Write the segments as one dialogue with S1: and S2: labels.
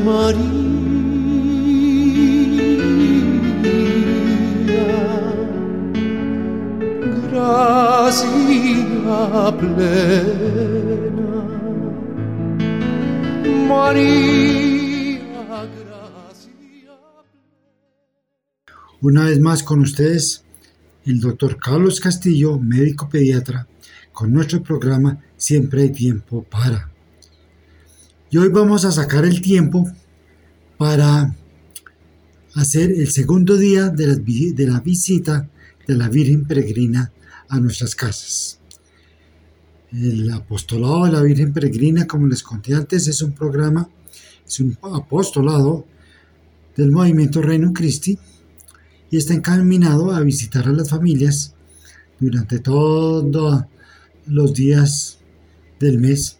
S1: María, gracia plena, María, gracia plena.
S2: Una vez más con ustedes, el doctor Carlos Castillo, médico pediatra, con nuestro programa Siempre hay tiempo para. Y hoy vamos a sacar el tiempo para hacer el segundo día de la visita de la Virgen Peregrina a nuestras casas. El apostolado de la Virgen Peregrina, como les conté antes, es un apostolado del movimiento Reino Christi y está encaminado a visitar a las familias durante todos los días del mes,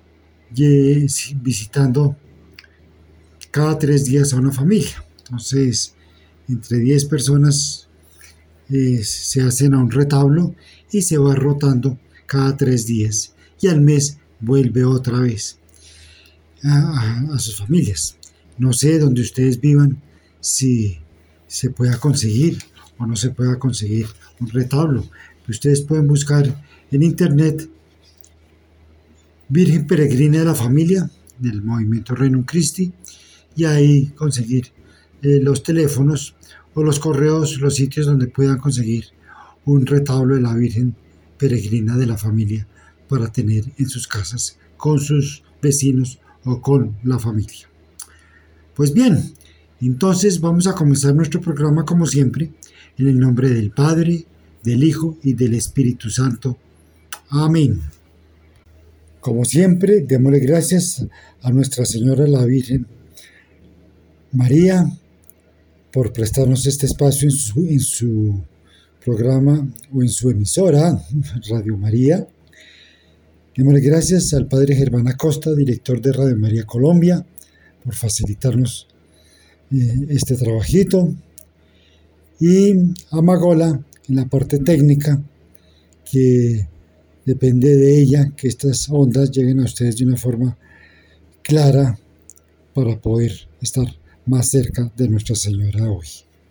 S2: visitando cada 3 días a una familia. Entonces, entre 10 personas se hacen a un retablo y se va rotando cada 3 días. Y al mes vuelve otra vez a sus familias. No sé dónde ustedes vivan, si se pueda conseguir o no se pueda conseguir un retablo. Ustedes pueden buscar en internet Virgen Peregrina de la Familia del movimiento Reino Christi y ahí conseguir los teléfonos o los correos, los sitios donde puedan conseguir un retablo de la Virgen Peregrina de la Familia para tener en sus casas con sus vecinos o con la familia. Pues bien, entonces vamos a comenzar nuestro programa como siempre en el nombre del Padre, del Hijo y del Espíritu Santo. Amén. Como siempre, démosle gracias a Nuestra Señora la Virgen María por prestarnos este espacio en su programa o en su emisora, Radio María. Démosle gracias al Padre Germán Acosta, director de Radio María Colombia, por facilitarnos este trabajito. Y a Magola en la parte técnica, que depende de ella que estas ondas lleguen a ustedes de una forma clara para poder estar más cerca de Nuestra Señora hoy.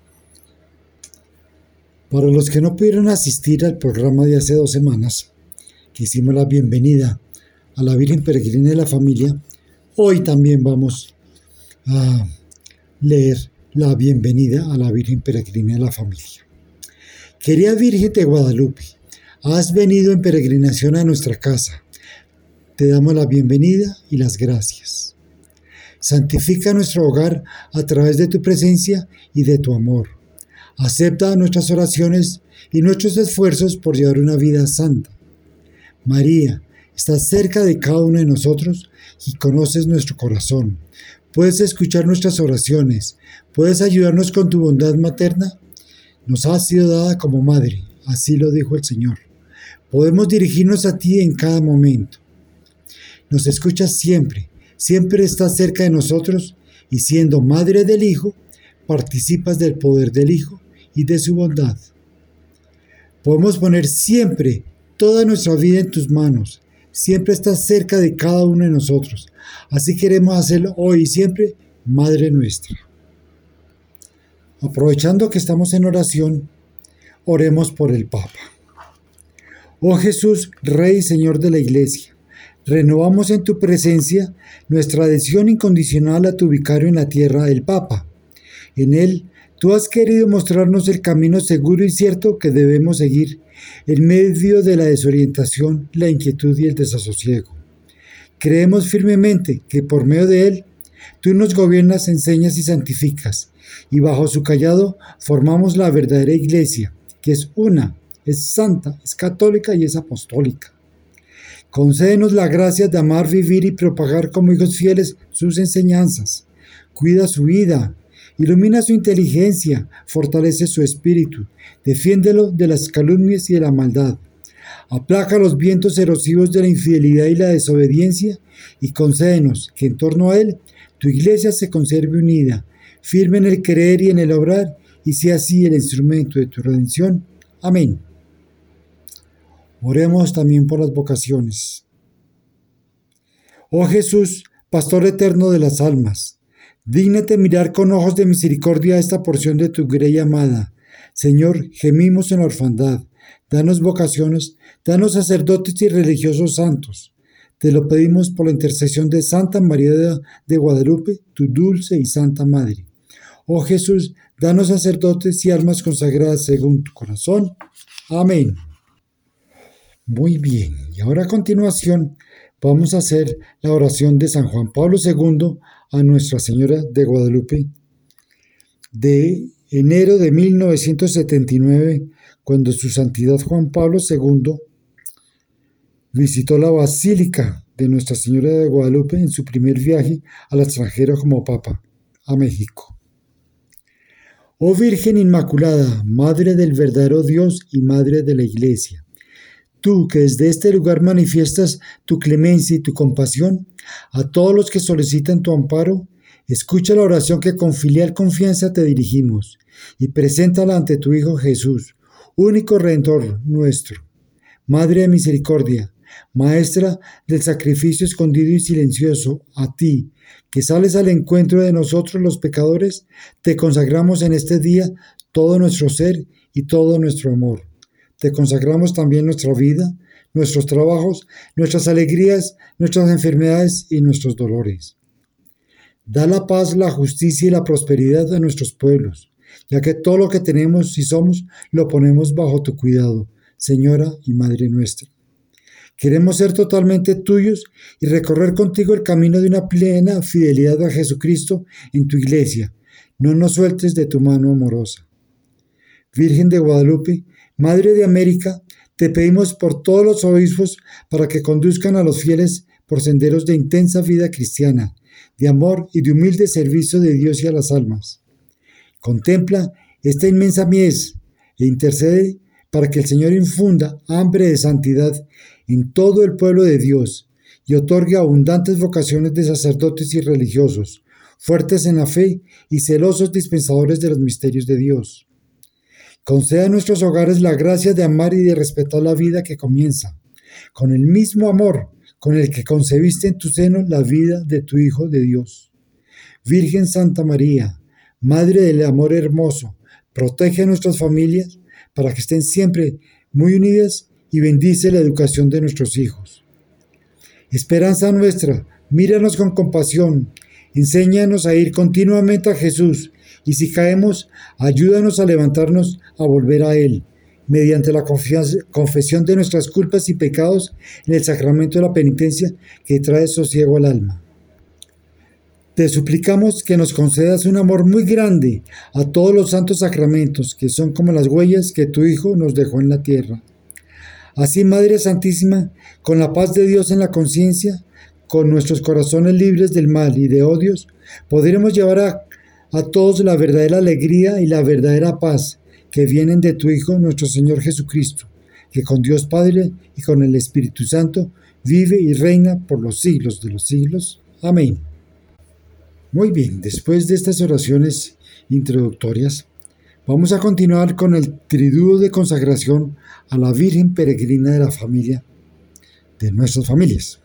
S2: Para los que no pudieron asistir al programa de hace 2 semanas, que hicimos la bienvenida a la Virgen Peregrina de la Familia, hoy también vamos a leer la bienvenida a la Virgen Peregrina de la Familia. Querida Virgen de Guadalupe, has venido en peregrinación a nuestra casa. Te damos la bienvenida y las gracias. Santifica nuestro hogar a través de tu presencia y de tu amor. Acepta nuestras oraciones y nuestros esfuerzos por llevar una vida santa. María, estás cerca de cada uno de nosotros y conoces nuestro corazón. Puedes escuchar nuestras oraciones. Puedes ayudarnos con tu bondad materna. Nos ha sido dada como madre, así lo dijo el Señor. Podemos dirigirnos a ti en cada momento. Nos escuchas siempre, siempre estás cerca de nosotros y siendo madre del Hijo, participas del poder del Hijo y de su bondad. Podemos poner siempre toda nuestra vida en tus manos. Siempre estás cerca de cada uno de nosotros. Así queremos hacerlo hoy y siempre, Madre nuestra. Aprovechando que estamos en oración, oremos por el Papa. Oh Jesús, Rey y Señor de la Iglesia, renovamos en tu presencia nuestra adhesión incondicional a tu vicario en la tierra, el Papa. En él, tú has querido mostrarnos el camino seguro y cierto que debemos seguir en medio de la desorientación, la inquietud y el desasosiego. Creemos firmemente que por medio de él, tú nos gobiernas, enseñas y santificas, y bajo su cayado formamos la verdadera Iglesia, que es una, es santa, es católica y es apostólica. Concédenos la gracia de amar, vivir y propagar como hijos fieles sus enseñanzas. Cuida su vida, ilumina su inteligencia, fortalece su espíritu, defiéndelo de las calumnias y de la maldad. Aplaca los vientos erosivos de la infidelidad y la desobediencia y concédenos que en torno a él tu Iglesia se conserve unida, firme en el creer y en el obrar, y sea así el instrumento de tu redención. Amén. Oremos también por las vocaciones. Oh Jesús, Pastor eterno de las almas, Dígnate mirar con ojos de misericordia esta porción de tu grey amada. Señor, gemimos en la orfandad. Danos vocaciones, danos sacerdotes y religiosos santos. Te lo pedimos por la intercesión de Santa María de Guadalupe, tu dulce y santa Madre. Oh Jesús, danos sacerdotes y almas consagradas según tu corazón. Amén. Muy bien, y ahora a continuación vamos a hacer la oración de San Juan Pablo II a Nuestra Señora de Guadalupe de enero de 1979, cuando su santidad Juan Pablo II visitó la Basílica de Nuestra Señora de Guadalupe en su primer viaje al extranjero como Papa, a México. Oh Virgen Inmaculada, Madre del verdadero Dios y Madre de la Iglesia, tú que desde este lugar manifiestas tu clemencia y tu compasión a todos los que solicitan tu amparo, escucha la oración que con filial confianza te dirigimos y preséntala ante tu Hijo Jesús, único Redentor nuestro. Madre de misericordia, Maestra del sacrificio escondido y silencioso, a ti, que sales al encuentro de nosotros los pecadores, te consagramos en este día todo nuestro ser y todo nuestro amor. Te consagramos también nuestra vida, nuestros trabajos, nuestras alegrías, nuestras enfermedades y nuestros dolores. Da la paz, la justicia y la prosperidad a nuestros pueblos, ya que todo lo que tenemos y somos lo ponemos bajo tu cuidado, Señora y Madre nuestra. Queremos ser totalmente tuyos y recorrer contigo el camino de una plena fidelidad a Jesucristo en tu iglesia. No nos sueltes de tu mano amorosa. Virgen de Guadalupe, Madre de América, te pedimos por todos los obispos para que conduzcan a los fieles por senderos de intensa vida cristiana, de amor y de humilde servicio de Dios y a las almas. Contempla esta inmensa mies e intercede para que el Señor infunda hambre de santidad en todo el pueblo de Dios y otorgue abundantes vocaciones de sacerdotes y religiosos, fuertes en la fe y celosos dispensadores de los misterios de Dios. Conceda a nuestros hogares la gracia de amar y de respetar la vida que comienza, con el mismo amor con el que concebiste en tu seno la vida de tu Hijo de Dios. Virgen Santa María, Madre del amor hermoso, protege a nuestras familias para que estén siempre muy unidas y bendice la educación de nuestros hijos. Esperanza nuestra, míranos con compasión, enséñanos a ir continuamente a Jesús, y si caemos, ayúdanos a levantarnos a volver a Él, mediante la confesión de nuestras culpas y pecados en el sacramento de la penitencia que trae sosiego al alma. Te suplicamos que nos concedas un amor muy grande a todos los santos sacramentos, que son como las huellas que tu Hijo nos dejó en la tierra. Así, Madre Santísima, con la paz de Dios en la conciencia, con nuestros corazones libres del mal y de odios, podremos llevar a todos la verdadera alegría y la verdadera paz que vienen de tu Hijo, nuestro Señor Jesucristo, que con Dios Padre y con el Espíritu Santo vive y reina por los siglos de los siglos. Amén. Muy bien, después de estas oraciones introductorias, vamos a continuar con el triduo de consagración a la Virgen Peregrina de la familia, de nuestras familias.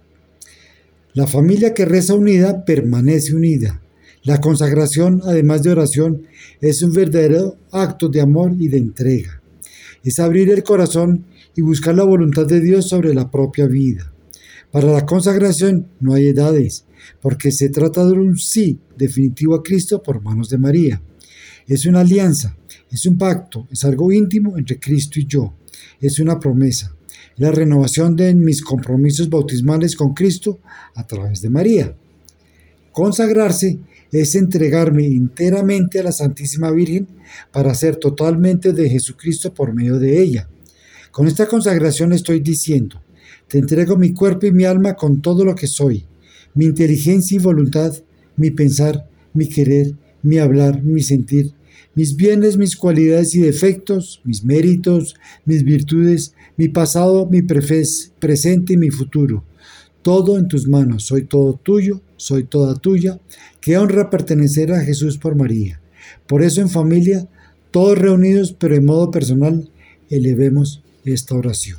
S2: La familia que reza unida permanece unida. La consagración, además de oración, es un verdadero acto de amor y de entrega. Es abrir el corazón y buscar la voluntad de Dios sobre la propia vida. Para la consagración no hay edades, porque se trata de un sí definitivo a Cristo por manos de María. Es una alianza, es un pacto, es algo íntimo entre Cristo y yo. Es una promesa, la renovación de mis compromisos bautismales con Cristo a través de María. Consagrarse es entregarme enteramente a la Santísima Virgen para ser totalmente de Jesucristo por medio de ella. Con esta consagración estoy diciendo: te entrego mi cuerpo y mi alma con todo lo que soy, mi inteligencia y voluntad, mi pensar, mi querer, mi hablar, mi sentir, mis bienes, mis cualidades y defectos, mis méritos, mis virtudes, mi pasado, mi presente y mi futuro. Todo en tus manos, soy todo tuyo, soy toda tuya. Qué honra pertenecer a Jesús por María. Por eso en familia, todos reunidos, pero en modo personal, elevemos esta oración.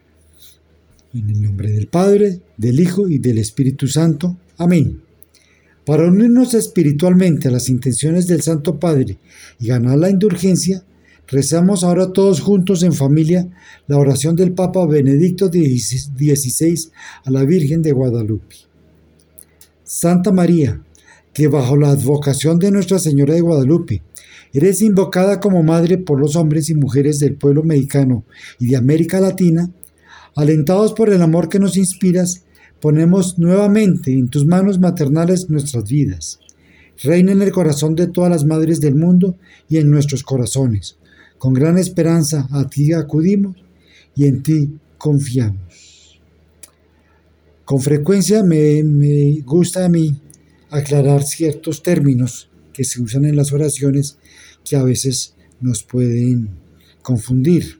S2: En el nombre del Padre, del Hijo y del Espíritu Santo. Amén. Para unirnos espiritualmente a las intenciones del Santo Padre y ganar la indulgencia, rezamos ahora todos juntos en familia la oración del Papa Benedicto XVI a la Virgen de Guadalupe. Santa María, que bajo la advocación de Nuestra Señora de Guadalupe eres invocada como madre por los hombres y mujeres del pueblo mexicano y de América Latina, alentados por el amor que nos inspiras, ponemos nuevamente en tus manos maternales nuestras vidas. Reina en el corazón de todas las madres del mundo y en nuestros corazones. Con gran esperanza a ti acudimos y en ti confiamos. Con frecuencia me gusta a mí aclarar ciertos términos que se usan en las oraciones que a veces nos pueden confundir.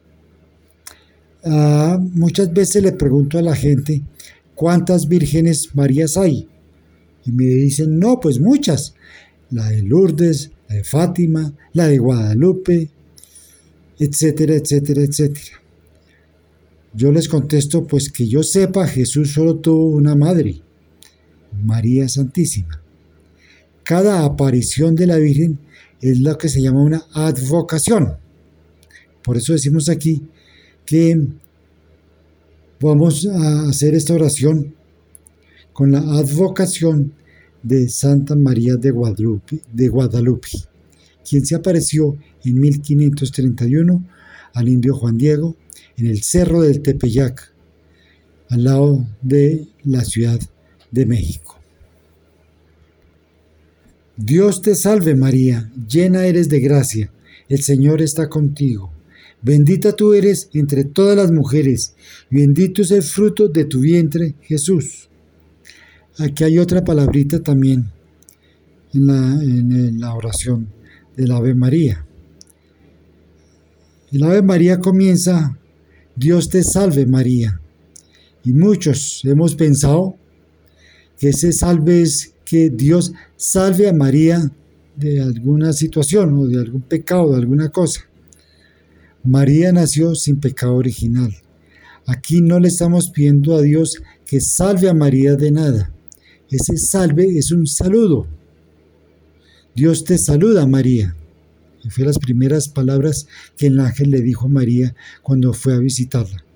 S2: Muchas veces le pregunto a la gente ¿cuántas vírgenes Marías hay? Y me dicen, no, pues muchas. La de Lourdes, la de Fátima, la de Guadalupe, etcétera, etcétera, etcétera. Yo les contesto, pues que yo sepa, Jesús solo tuvo una madre, María Santísima. Cada aparición de la Virgen es lo que se llama una advocación. Por eso decimos aquí que vamos a hacer esta oración con la advocación de Santa María de Guadalupe, quien se apareció en 1531 al indio Juan Diego en el Cerro del Tepeyac, al lado de la Ciudad de México. Dios te salve María, llena eres de gracia, el Señor está contigo. Bendita tú eres entre todas las mujeres, y bendito es el fruto de tu vientre, Jesús. Aquí hay otra palabrita también en la oración del Ave María. El Ave María comienza, Dios te salve María. Y muchos hemos pensado que ese salve es que Dios salve a María de alguna situación o de algún pecado, de alguna cosa. María nació sin pecado original. Aquí no le estamos pidiendo a Dios que salve a María de nada. Ese salve es un saludo. Dios te saluda, María. Y fue las primeras palabras que el ángel le dijo a María cuando fue a visitarla.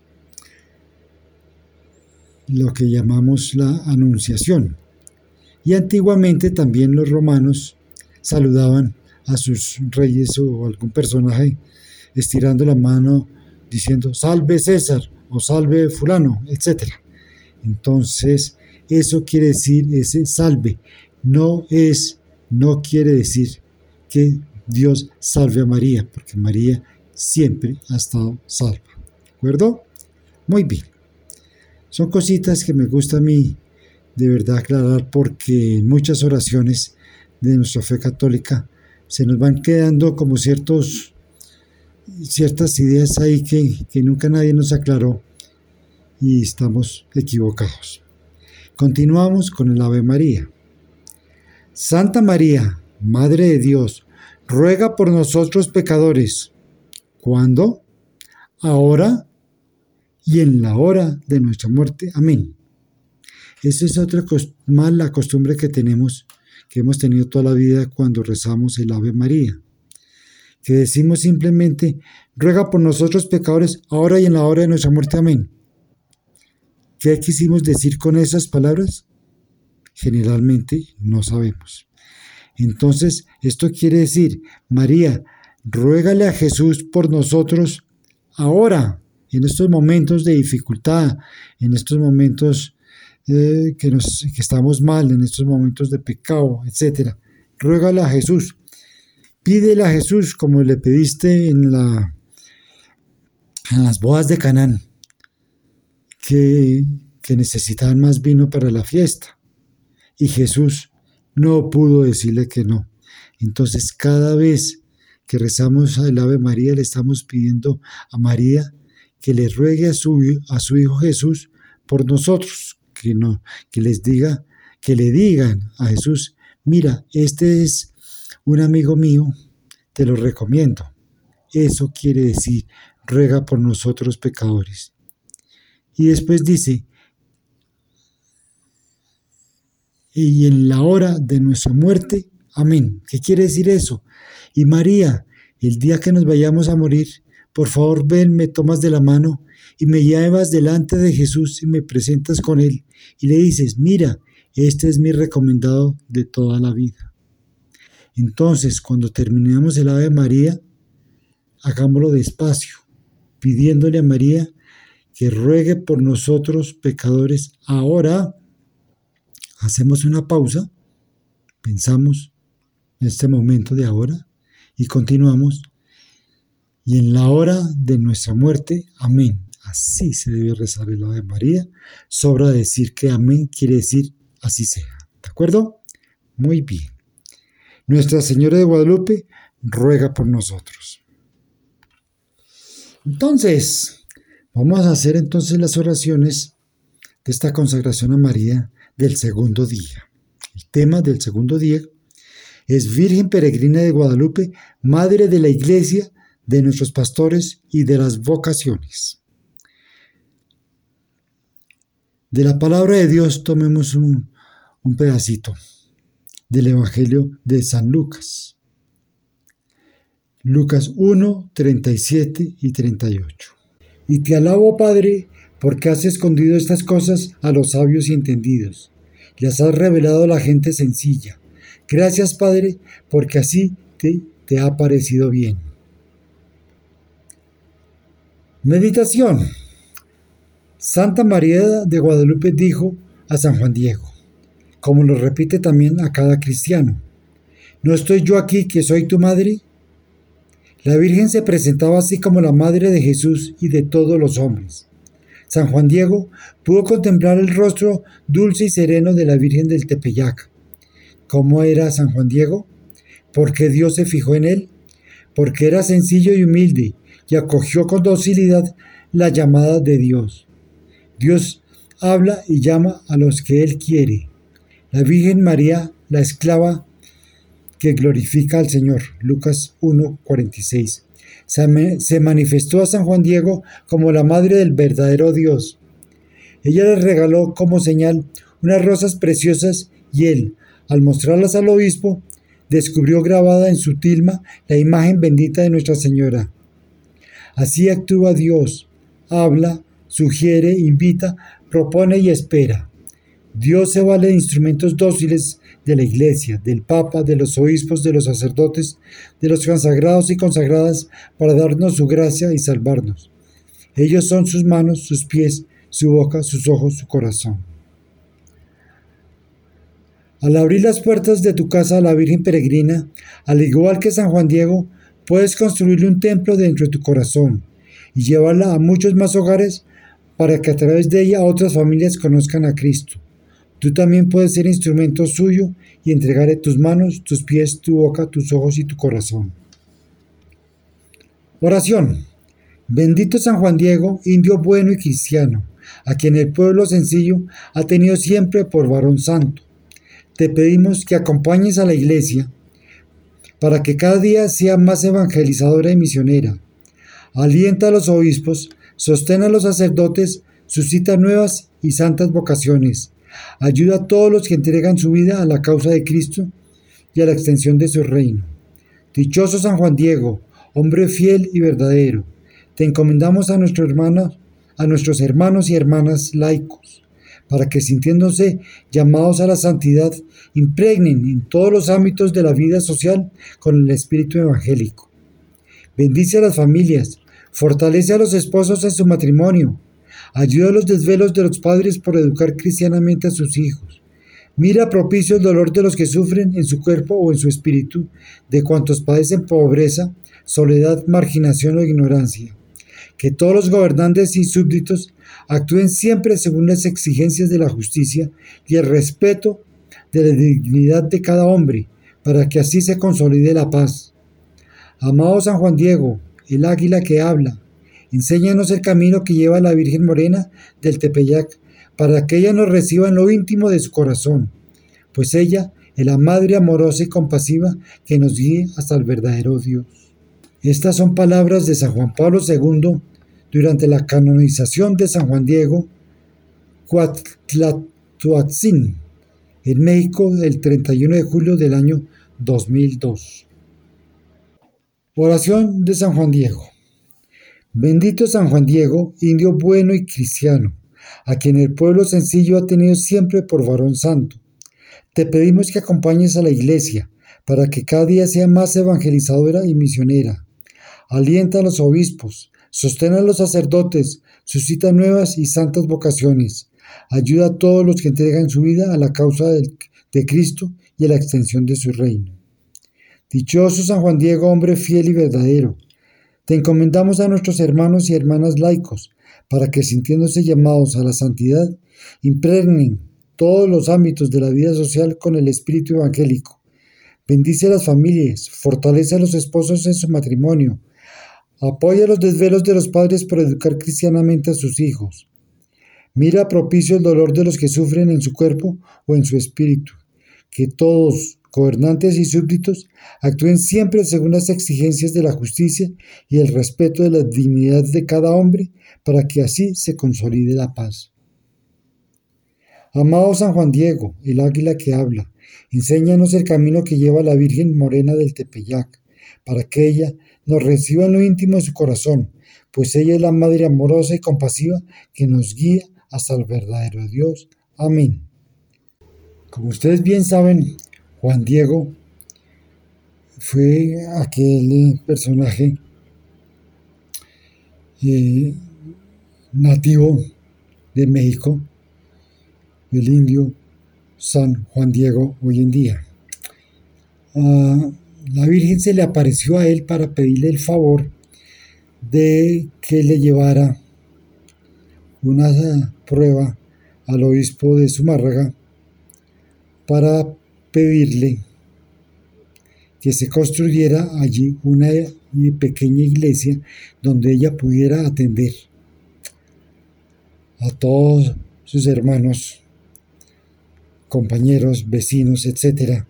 S2: Lo que llamamos la anunciación. Y antiguamente también los romanos saludaban a sus reyes o algún personaje estirando la mano diciendo salve César o salve fulano, etc. Entonces, eso quiere decir, ese salve no quiere decir que Dios salve a María, porque María siempre ha estado salva. ¿De acuerdo? Muy bien. Son cositas que me gusta a mí de verdad aclarar porque en muchas oraciones de nuestra fe católica se nos van quedando como ciertas ideas ahí que nunca nadie nos aclaró y estamos equivocados. Continuamos con el Ave María. Santa María, Madre de Dios, ruega por nosotros pecadores. ¿Cuándo? Ahora y en la hora de nuestra muerte. Amén. Esa es otra mala costumbre que hemos tenido toda la vida cuando rezamos el Ave María. Que decimos simplemente, ruega por nosotros pecadores, ahora y en la hora de nuestra muerte. Amén. ¿Qué quisimos decir con esas palabras? Generalmente no sabemos. Entonces, esto quiere decir, María, ruégale a Jesús por nosotros ahora, en estos momentos de dificultad, en estos momentos que estamos mal, en estos momentos de pecado, etc. Ruégale a Jesús. Pídele a Jesús como le pediste en las bodas de Canaán, que necesitaban más vino para la fiesta. Y Jesús no pudo decirle que no. Entonces, cada vez que rezamos el Ave María, le estamos pidiendo a María que le ruegue a su Hijo Jesús por nosotros, que le digan a Jesús, mira, este es un amigo mío, te lo recomiendo. Eso quiere decir, ruega por nosotros pecadores. Y después dice, y en la hora de nuestra muerte. Amén. ¿Qué quiere decir eso? Y María, el día que nos vayamos a morir, por favor ven, me tomas de la mano y me llevas delante de Jesús y me presentas con Él. Y le dices, mira, este es mi recomendado de toda la vida. Entonces, cuando terminemos el Ave María, hagámoslo despacio, pidiéndole a María que ruegue por nosotros pecadores. Ahora hacemos una pausa, pensamos en este momento de ahora y continuamos. Y en la hora de nuestra muerte, amén. Así se debe rezar el Ave María. Sobra decir que amén quiere decir así sea. ¿De acuerdo? Muy bien. Nuestra Señora de Guadalupe ruega por nosotros. Entonces, vamos a hacer entonces las oraciones de esta consagración a María del segundo día. El tema del segundo día es Virgen Peregrina de Guadalupe, Madre de la Iglesia, de nuestros pastores y de las vocaciones. De la palabra de Dios tomemos un pedacito del Evangelio de San Lucas. Lucas 1, 37 y 38. Y te alabo, Padre, porque has escondido estas cosas a los sabios y entendidos. Las has revelado a la gente sencilla. Gracias, Padre, porque así te ha parecido bien. Meditación. Santa María de Guadalupe dijo a San Juan Diego, como lo repite también a cada cristiano, ¿no estoy yo aquí que soy tu madre? La Virgen se presentaba así como la madre de Jesús y de todos los hombres. San Juan Diego pudo contemplar el rostro dulce y sereno de la Virgen del Tepeyac. ¿Cómo era San Juan Diego? Porque Dios se fijó en él, porque era sencillo y humilde y acogió con docilidad la llamada de Dios. Dios habla y llama a los que Él quiere. La Virgen María, la esclava que glorifica al Señor. Lucas 1:46. Se manifestó a San Juan Diego como la madre del verdadero Dios. Ella le regaló como señal unas rosas preciosas y él, al mostrarlas al obispo, descubrió grabada en su tilma la imagen bendita de Nuestra Señora. Así actúa Dios, habla, sugiere, invita, propone y espera. Dios se vale de instrumentos dóciles de la Iglesia, del Papa, de los obispos, de los sacerdotes, de los consagrados y consagradas para darnos su gracia y salvarnos. Ellos son sus manos, sus pies, su boca, sus ojos, su corazón. Al abrir las puertas de tu casa a la Virgen Peregrina, al igual que San Juan Diego, puedes construirle un templo dentro de tu corazón y llevarla a muchos más hogares para que a través de ella otras familias conozcan a Cristo. Tú también puedes ser instrumento suyo y entregarle tus manos, tus pies, tu boca, tus ojos y tu corazón. Oración. Bendito San Juan Diego, indio bueno y cristiano, a quien el pueblo sencillo ha tenido siempre por varón santo. Te pedimos que acompañes a la Iglesia para que cada día sea más evangelizadora y misionera. Alienta a los obispos, sostén a los sacerdotes, suscita nuevas y santas vocaciones. Ayuda a todos los que entregan su vida a la causa de Cristo y a la extensión de su reino. Dichoso San Juan Diego, hombre fiel y verdadero, te encomendamos a nuestros hermanos y hermanas laicos, para que sintiéndose llamados a la santidad, impregnen en todos los ámbitos de la vida social con el espíritu evangélico. Bendice a las familias, fortalece a los esposos en su matrimonio, ayuda a los desvelos de los padres por educar cristianamente a sus hijos. Mira propicio el dolor de los que sufren en su cuerpo o en su espíritu, de cuantos padecen pobreza, soledad, marginación o ignorancia. Que todos los gobernantes y súbditos actúen siempre según las exigencias de la justicia y el respeto de la dignidad de cada hombre, para que así se consolide la paz. Amado San Juan Diego, el águila que habla, enséñanos el camino que lleva a la Virgen Morena del Tepeyac, para que ella nos reciba en lo íntimo de su corazón, pues ella es la Madre amorosa y compasiva que nos guíe hasta el verdadero Dios. Estas son palabras de San Juan Pablo II durante la canonización de San Juan Diego Cuauhtlatoatzin en México el 31 de julio del año 2002. Oración de San Juan Diego. Bendito San Juan Diego, indio bueno y cristiano, a quien el pueblo sencillo ha tenido siempre por varón santo. Te pedimos que acompañes a la Iglesia para que cada día sea más evangelizadora y misionera. Alienta a los obispos, sostén a los sacerdotes, suscita nuevas y santas vocaciones. Ayuda a todos los que entregan su vida a la causa de Cristo y a la extensión de su reino. Dichoso San Juan Diego, hombre fiel y verdadero. Te encomendamos a nuestros hermanos y hermanas laicos, para que, sintiéndose llamados a la santidad, impregnen todos los ámbitos de la vida social con el espíritu evangélico. Bendice a las familias, fortalece a los esposos en su matrimonio, apoya los desvelos de los padres por educar cristianamente a sus hijos. Mira propicio el dolor de los que sufren en su cuerpo o en su espíritu. Que todos, gobernantes y súbditos, actúen siempre según las exigencias de la justicia y el respeto de la dignidad de cada hombre, para que así se consolide la paz. Amado San Juan Diego, el águila que habla, enséñanos el camino que lleva a la Virgen Morena del Tepeyac, para que ella nos reciba en lo íntimo de su corazón, pues ella es la Madre amorosa y compasiva que nos guía hasta el verdadero Dios. Amén. Como ustedes bien saben, Juan Diego fue aquel personaje nativo de México, el indio San Juan Diego hoy en día. La Virgen se le apareció a él para pedirle el favor de que le llevara una prueba al obispo de Zumárraga para pedirle que se construyera allí una pequeña iglesia donde ella pudiera atender a todos sus hermanos, compañeros, vecinos, etc.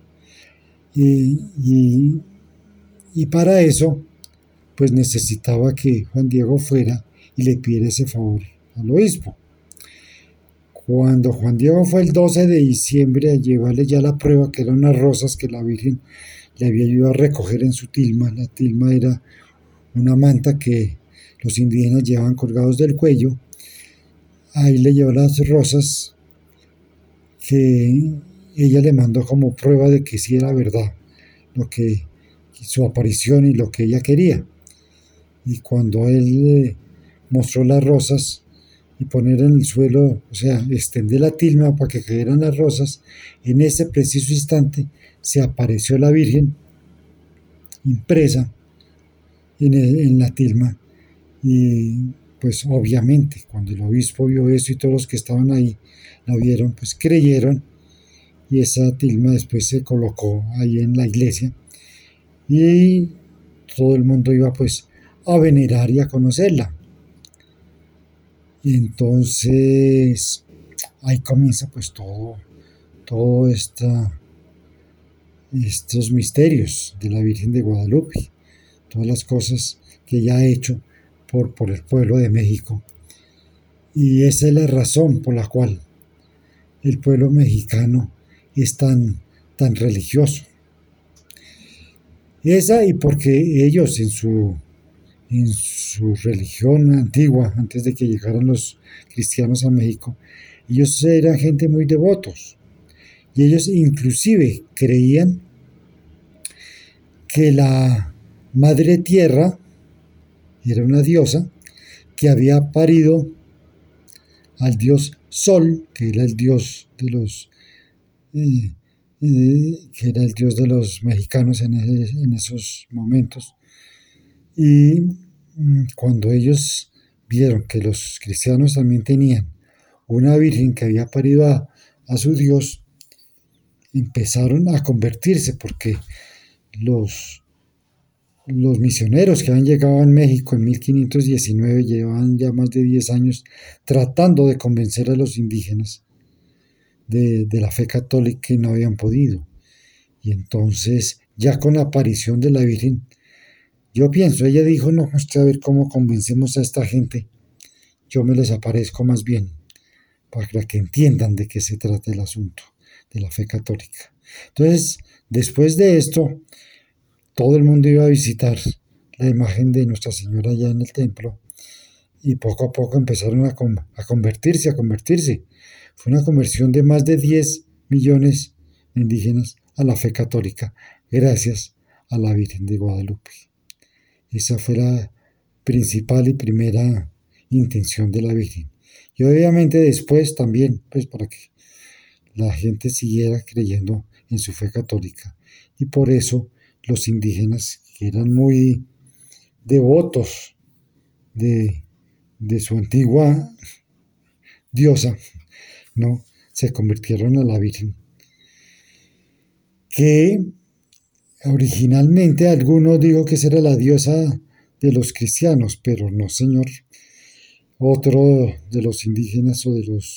S2: Y para eso, pues necesitaba que Juan Diego fuera y le pidiera ese favor al obispo. Cuando Juan Diego fue el 12 de diciembre a llevarle ya la prueba, que eran unas rosas que la Virgen le había ayudado a recoger en su tilma. La tilma era una manta que los indígenas llevaban colgados del cuello. Ahí le llevó las rosas que ella le mandó como prueba de que sí era verdad lo que su aparición y lo que ella quería. Y cuando él mostró las rosas y poner en el suelo, o sea, extender la tilma para que cayeran las rosas, en ese preciso instante se apareció la Virgen impresa en la tilma. Y pues obviamente cuando el obispo vio eso y todos los que estaban ahí la vieron, pues creyeron, y esa tilma después se colocó ahí en la iglesia y todo el mundo iba pues a venerar y a conocerla. Y entonces ahí comienza pues todo estos misterios de la Virgen de Guadalupe, todas las cosas que ella ha hecho por el pueblo de México. Y esa es la razón por la cual el pueblo mexicano es tan religioso. Esa, y porque ellos en su religión antigua, antes de que llegaran los cristianos a México, ellos eran gente muy devotos. Y ellos inclusive creían que la Madre Tierra era una diosa que había parido al dios Sol, que era el dios de los mexicanos en esos momentos. Y cuando ellos vieron que los cristianos también tenían una virgen que había parido a su dios, empezaron a convertirse, porque los misioneros que habían llegado a México en 1519 llevaban ya más de 10 años tratando de convencer a los indígenas de la fe católica y no habían podido. Y entonces, ya con la aparición de la Virgen, yo pienso, ella dijo, no, usted a ver cómo convencemos a esta gente, yo me les aparezco más bien, para que entiendan de qué se trata el asunto, de la fe católica. Entonces, después de esto, todo el mundo iba a visitar la imagen de Nuestra Señora allá en el templo y poco a poco empezaron a convertirse. Fue una conversión de más de 10 millones de indígenas a la fe católica, gracias a la Virgen de Guadalupe. Esa fue la principal y primera intención de la Virgen. Y obviamente después también, pues para que la gente siguiera creyendo en su fe católica. Y por eso los indígenas, que eran muy devotos de su antigua diosa, ¿no?, se convirtieron a la Virgen, que originalmente algunos dijo que esa era la diosa de los cristianos, pero no, señor. Otro de los indígenas o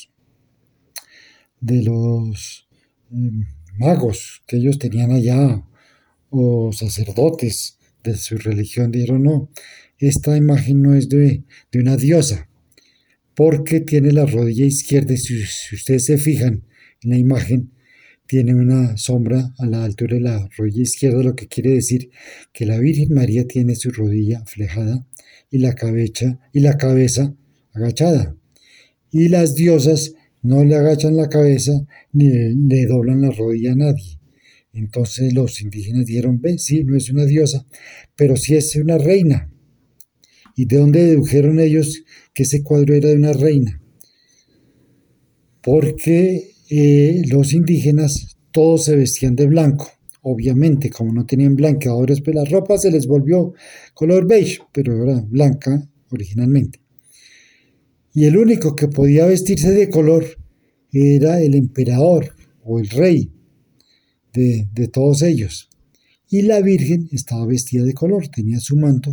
S2: de los magos que ellos tenían allá, o sacerdotes de su religión, dijeron: no, esta imagen no es de una diosa, porque tiene la rodilla izquierda, y si ustedes se fijan en la imagen, tiene una sombra a la altura de la rodilla izquierda, lo que quiere decir que la Virgen María tiene su rodilla flejada y la cabeza agachada. Y las diosas no le agachan la cabeza ni le doblan la rodilla a nadie. Entonces los indígenas dijeron: ve, sí, no es una diosa, pero sí es una reina. ¿Y de dónde dedujeron ellos que ese cuadro era de una reina? Porque los indígenas todos se vestían de blanco. Obviamente, como no tenían blanqueadores, pues la ropa se les volvió color beige, pero era blanca originalmente. Y el único que podía vestirse de color era el emperador o el rey de todos ellos. Y la Virgen estaba vestida de color, tenía su manto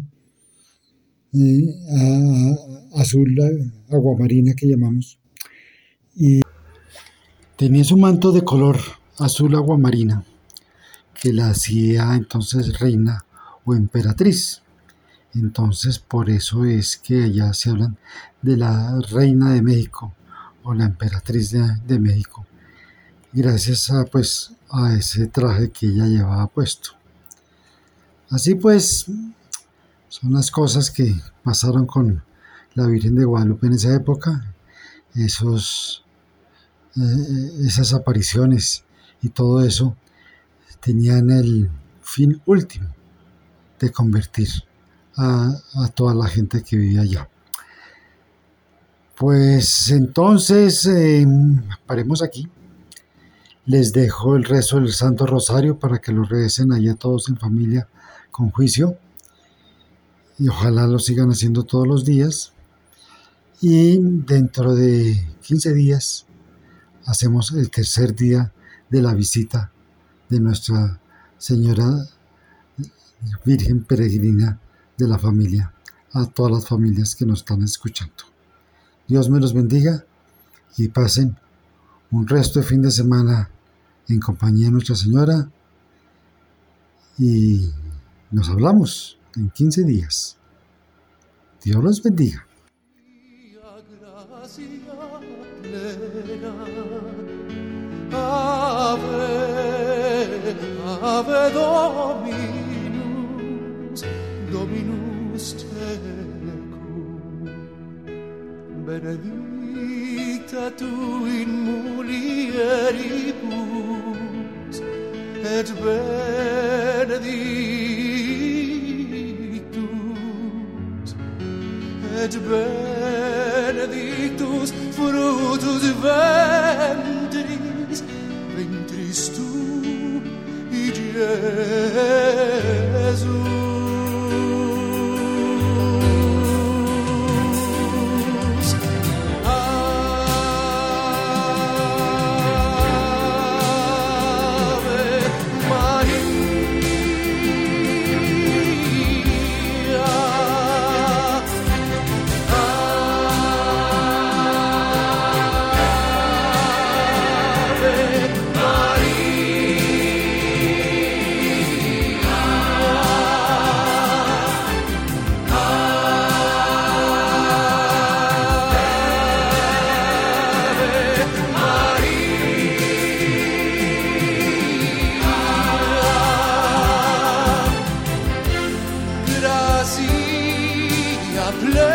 S2: azul aguamarina, que llamamos, y tenía su manto de color azul aguamarina, que la hacía entonces reina o emperatriz. Entonces, por eso es que allá se hablan de la reina de México o la emperatriz de México, gracias a ese traje que ella llevaba puesto. Así pues, son las cosas que pasaron con la Virgen de Guadalupe en esa época, esas apariciones y todo eso tenían el fin último de convertir a toda la gente que vivía allá. Pues entonces paremos aquí. Les dejo el rezo del Santo Rosario para que lo recen allá todos en familia con juicio, y ojalá lo sigan haciendo todos los días. Y dentro de 15 días hacemos el tercer día de la visita de Nuestra Señora Virgen Peregrina de la familia, a todas las familias que nos están escuchando. Dios me los bendiga y pasen un resto de fin de semana en compañía de Nuestra Señora, y nos hablamos en 15 días. Dios los bendiga.
S1: Ave, Ave Dominus, Dominus tecum, benedicta tu in mulieribus, et benedictus fructus ventris tu, Iesus. pleure.